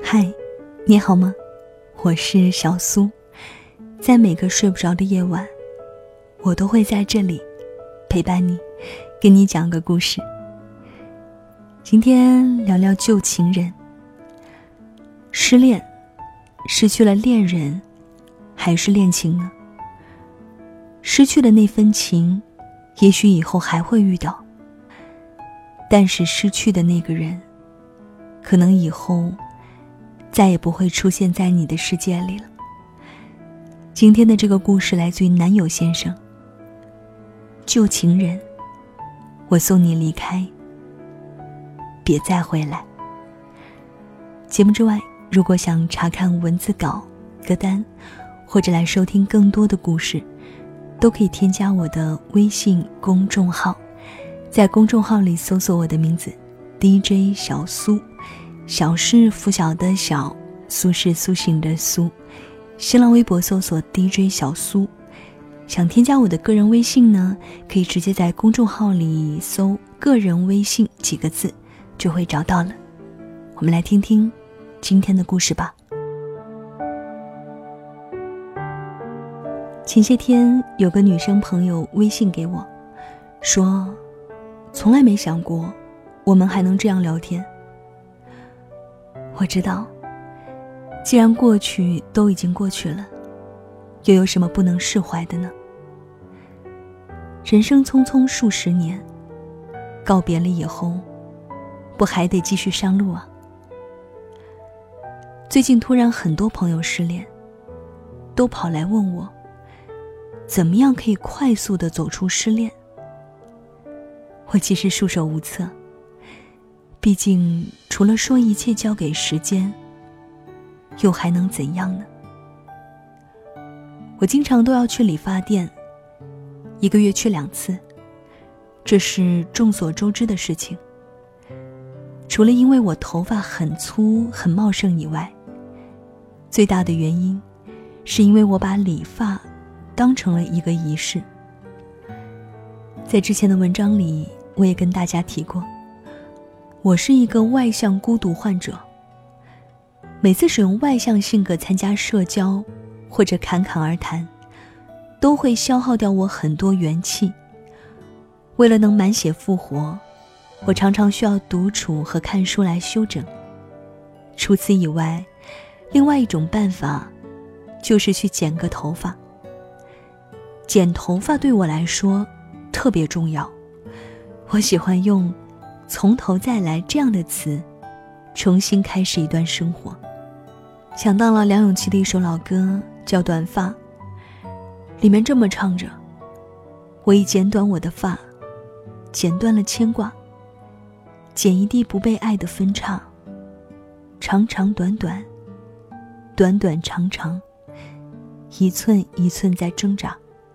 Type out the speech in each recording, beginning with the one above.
嗨，你好吗？我是小苏，在每个睡不着的夜晚，我都会在这里陪伴你，跟你讲个故事。今天聊聊旧情人。失恋，失去了恋人，还是恋情呢？失去的那份情，也许以后还会遇到，但是失去的那个人，可能以后再也不会出现在你的世界里了。今天的这个故事来自于男友先生。旧情人，我送你离开，别再回来。节目之外，如果想查看文字稿、歌单，或者来收听更多的故事，都可以添加我的微信公众号，在公众号里搜索我的名字 DJ 小苏，小是拂晓的小，苏是苏醒的苏。新浪微博搜索 DJ 小苏。想添加我的个人微信呢，可以直接在公众号里搜个人微信几个字就会找到了。我们来听听今天的故事吧。前些天有个女生朋友微信给我，说从来没想过我们还能这样聊天。我知道，既然过去都已经过去了，又有什么不能释怀的呢？人生匆匆数十年，告别了以后，不还得继续上路啊？最近突然很多朋友失恋，都跑来问我，怎么样可以快速地走出失恋？我其实束手无策，毕竟除了说一切交给时间，又还能怎样呢？我经常都要去理发店，1个月去2次，这是众所周知的事情。除了因为我头发很粗很茂盛以外，最大的原因是因为我把理发当成了一个仪式。在之前的文章里，我也跟大家提过，我是一个外向孤独患者。每次使用外向性格参加社交或者侃侃而谈，都会消耗掉我很多元气。为了能满血复活，我常常需要独处和看书来休整。除此以外，另外一种办法就是去剪个头发。剪头发对我来说特别重要，我喜欢用从头再来这样的词重新开始一段生活。想到了梁咏琪的一首老歌叫《短发》，里面这么唱着，我已剪短我的发，剪断了牵挂，剪一地不被爱的分叉，长长短短，短短长长，一寸一寸在挣扎。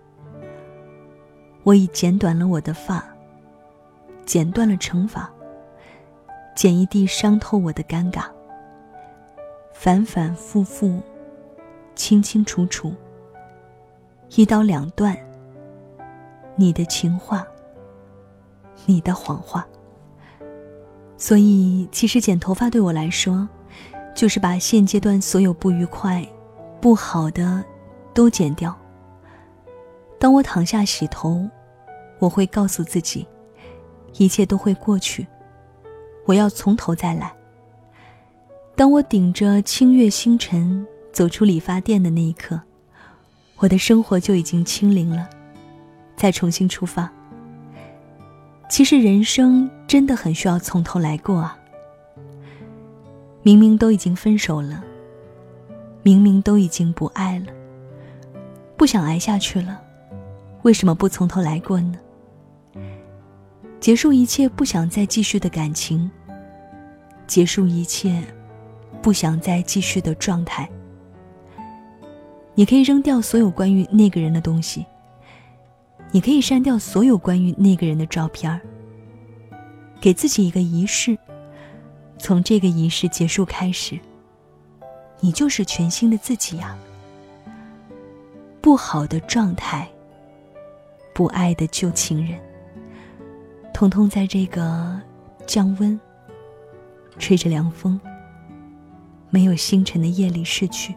我已剪短了我的发，剪断了惩罚，剪一地伤透我的尴尬，反反复复，清清楚楚，一刀两断，你的情话，你的谎话。所以其实剪头发对我来说，就是把现阶段所有不愉快、不好的都剪掉。当我躺下洗头，我会告诉自己，一切都会过去，我要从头再来。当我顶着清月星辰走出理发店的那一刻，我的生活就已经清零了，再重新出发。其实人生真的很需要从头来过啊。明明都已经分手了，明明都已经不爱了，不想挨下去了，为什么不从头来过呢？结束一切不想再继续的感情，结束一切不想再继续的状态。你可以扔掉所有关于那个人的东西，你可以删掉所有关于那个人的照片，给自己一个仪式，从这个仪式结束开始，你就是全新的自己呀。不好的状态，不爱的旧情人，通通在这个降温吹着凉风， 没有星辰的夜里逝去。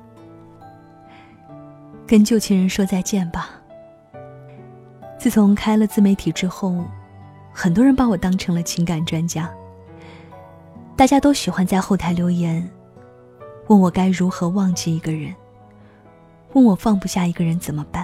跟旧情人说再见吧。自从开了自媒体之后，很多人把我当成了情感专家，大家都喜欢在后台留言，问我该如何忘记一个人，问我放不下一个人怎么办。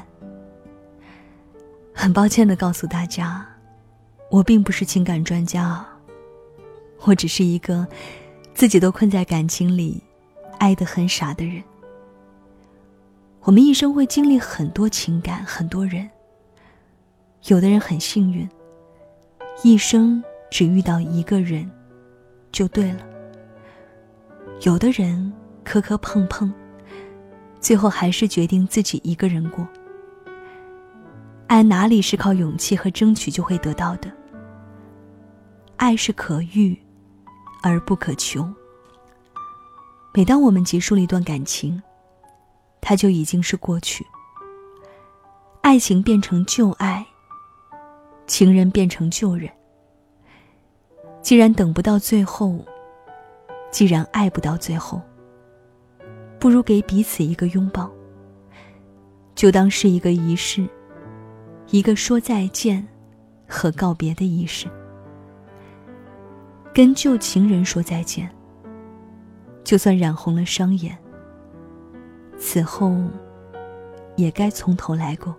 很抱歉地告诉大家，我并不是情感专家，我只是一个自己都困在感情里，爱得很傻的人。我们一生会经历很多情感，很多人，有的人很幸运，一生只遇到一个人就对了，有的人磕磕碰碰，最后还是决定自己一个人过。爱哪里是靠勇气和争取就会得到的？爱是可遇而不可求。每当我们结束了一段感情，它就已经是过去。爱情变成旧爱，情人变成旧人。既然等不到最后，既然爱不到最后，不如给彼此一个拥抱，就当是一个仪式，一个说再见和告别的仪式。跟旧情人说再见，就算染红了双眼，此后也该从头来过。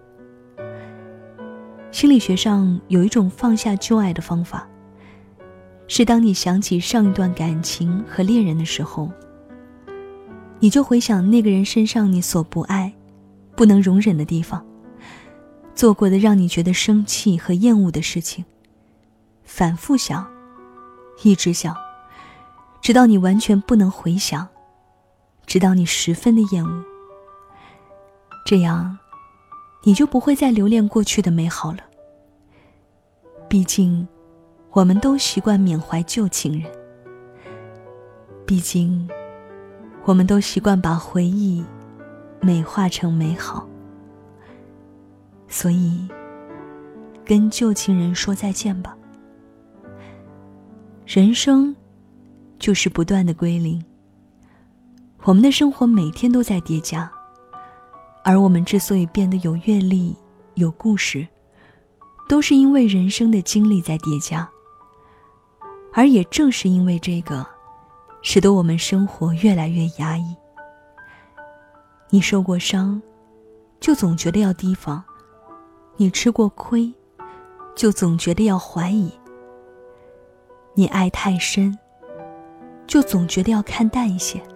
心理学上有一种放下旧爱的方法，是当你想起上一段感情和恋人的时候，你就回想那个人身上你所不爱、不能容忍的地方，做过的让你觉得生气和厌恶的事情，反复想，一直想，直到你完全不能回想，直到你十分的厌恶。这样你就不会再留恋过去的美好了。毕竟我们都习惯缅怀旧情人，毕竟我们都习惯把回忆美化成美好。所以跟旧情人说再见吧。人生就是不断的归零，我们的生活每天都在叠加，而我们之所以变得有阅历、有故事，都是因为人生的经历在叠加。而也正是因为这个，使得我们生活越来越压抑。你受过伤，就总觉得要提防；你吃过亏，就总觉得要怀疑；你爱太深，就总觉得要看淡一些。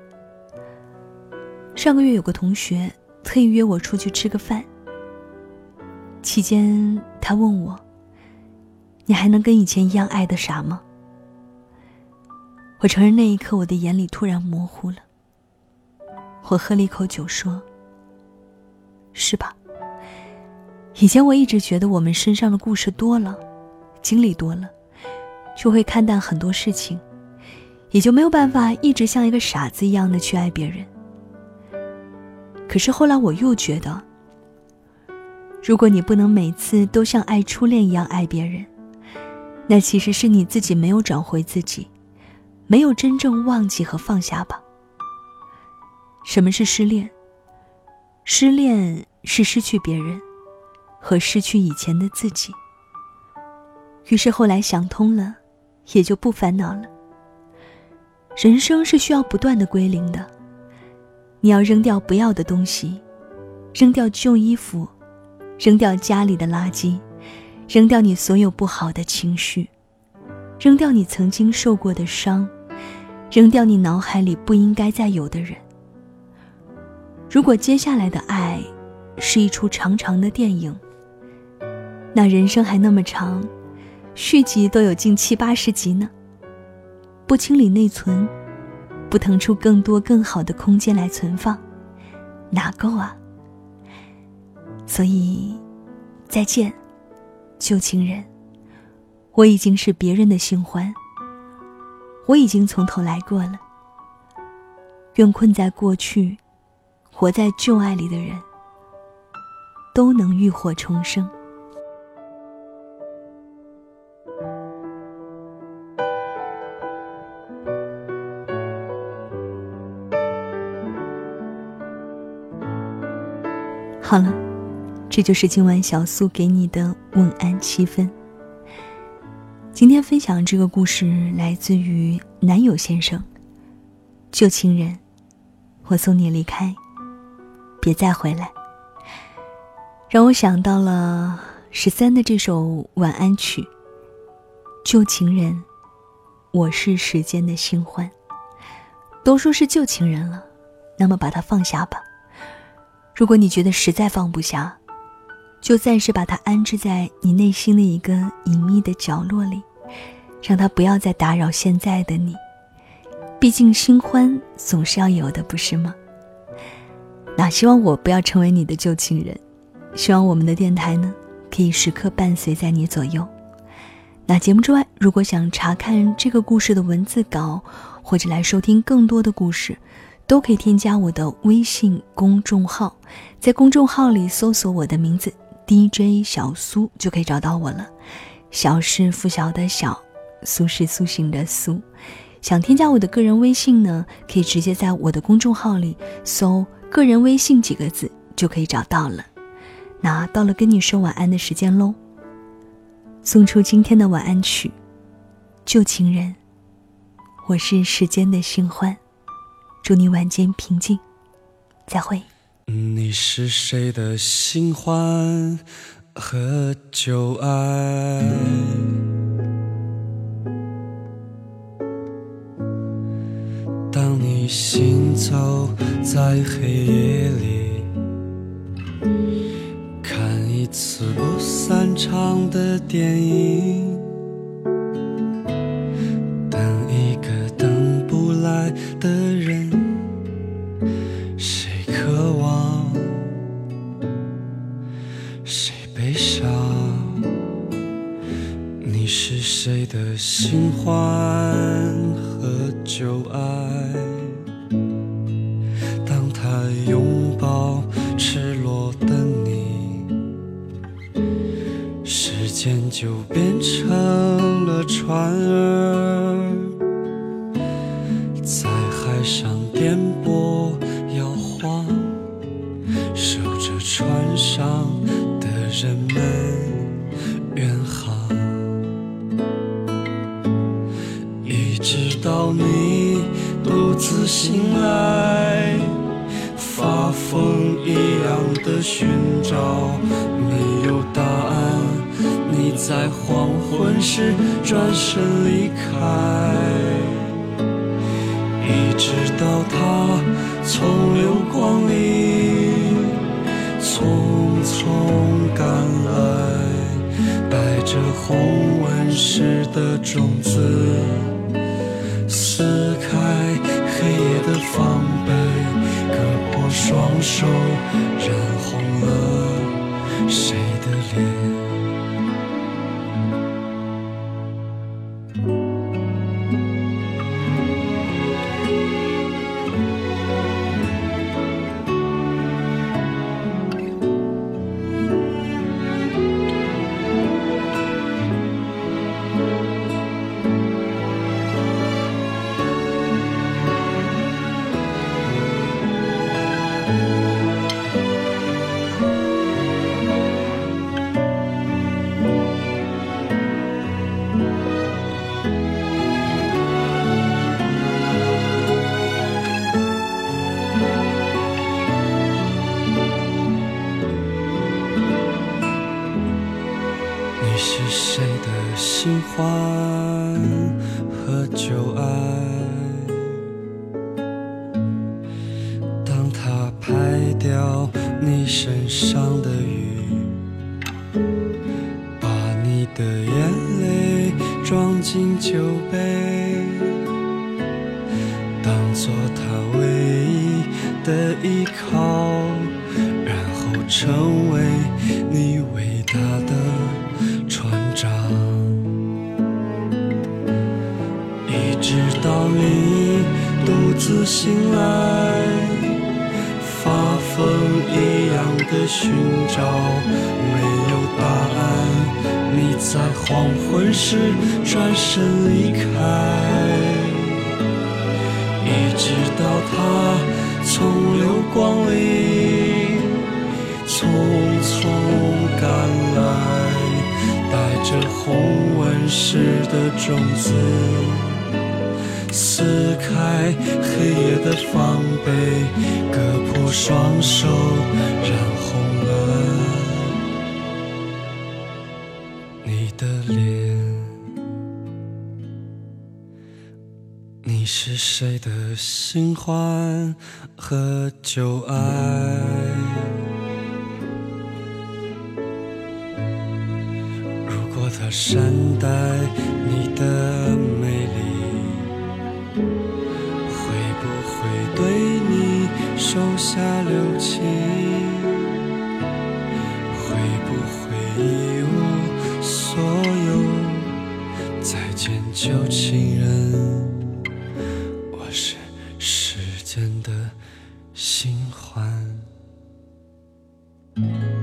上个月有个同学特意约我出去吃个饭，期间他问我，你还能跟以前一样爱得傻吗？我承认那一刻我的眼里突然模糊了。我喝了一口酒说，是吧？以前我一直觉得我们身上的故事多了，经历多了，就会看淡很多事情，也就没有办法一直像一个傻子一样的去爱别人。可是后来我又觉得，如果你不能每次都像爱初恋一样爱别人，那其实是你自己没有找回自己，没有真正忘记和放下吧。什么是失恋？失恋是失去别人和失去以前的自己。于是后来想通了，也就不烦恼了。人生是需要不断的归零的，你要扔掉不要的东西，扔掉旧衣服，扔掉家里的垃圾，扔掉你所有不好的情绪，扔掉你曾经受过的伤，扔掉你脑海里不应该再有的人。如果接下来的爱是一出长长的电影，那人生还那么长，续集都有近70-80集呢。不清理内存，不腾出更多更好的空间来存放，哪够啊？所以再见，旧情人，我已经是别人的新欢，我已经从头来过了。愿困在过去活在旧爱里的人都能浴火重生。 好了，这就是今晚小苏给你的晚安7分。今天分享这个故事来自于男友先生。旧情人，我送你离开，别再回来。让我想到了13的这首晚安曲。旧情人，我是时间的新欢。都说是旧情人了，那么把它放下吧。如果你觉得实在放不下，就暂时把它安置在你内心的一个隐秘的角落里，让它不要再打扰现在的你。毕竟新欢总是要有的，不是吗？那希望我不要成为你的旧情人，希望我们的电台呢，可以时刻伴随在你左右。那节目之外，如果想查看这个故事的文字稿，或者来收听更多的故事，都可以添加我的微信公众号，在公众号里搜索我的名字 DJ 小苏就可以找到我了。小是拂晓的小，苏是苏醒的苏。想添加我的个人微信呢，可以直接在我的公众号里搜个人微信几个字就可以找到了。那到了跟你说晚安的时间咯，送出今天的晚安曲，旧情人，我是时间的新欢。祝你晚间平静，再会。 你是谁的新欢和旧爱？当你行走在黑夜里，看一次不散场的电影，等一个等不来的人，谁渴望，谁悲伤？你是谁的新欢和旧爱？当他拥抱赤裸的你，时间就变成了船儿，在海上颠簸摇晃，守着船上的人们远航，一直到你独自醒来，发疯一样的寻找，没有答案，你在黄昏时转身离开，一直到他从流光里匆匆赶来，带着红纹石的种子，撕开黑夜的防备，割破双手，染红了谁的脸？你是谁的新欢和旧爱？当他拍掉你身上的雨，把你的眼泪装进酒杯，当作他唯一的依靠，然后成为你伟大的船长，一直到你独自醒来，发疯一样的寻找，没有答案，你在黄昏时转身离开，一直到他从流光里匆匆赶来，带着红纹石的种子，撕开黑夜的防备，割破双手，染红了你的脸。你是谁的新欢和旧爱？如果他善待你的美丽，会不会对你手下留情？会不会一无所有，再见旧情人？我是时间的新欢。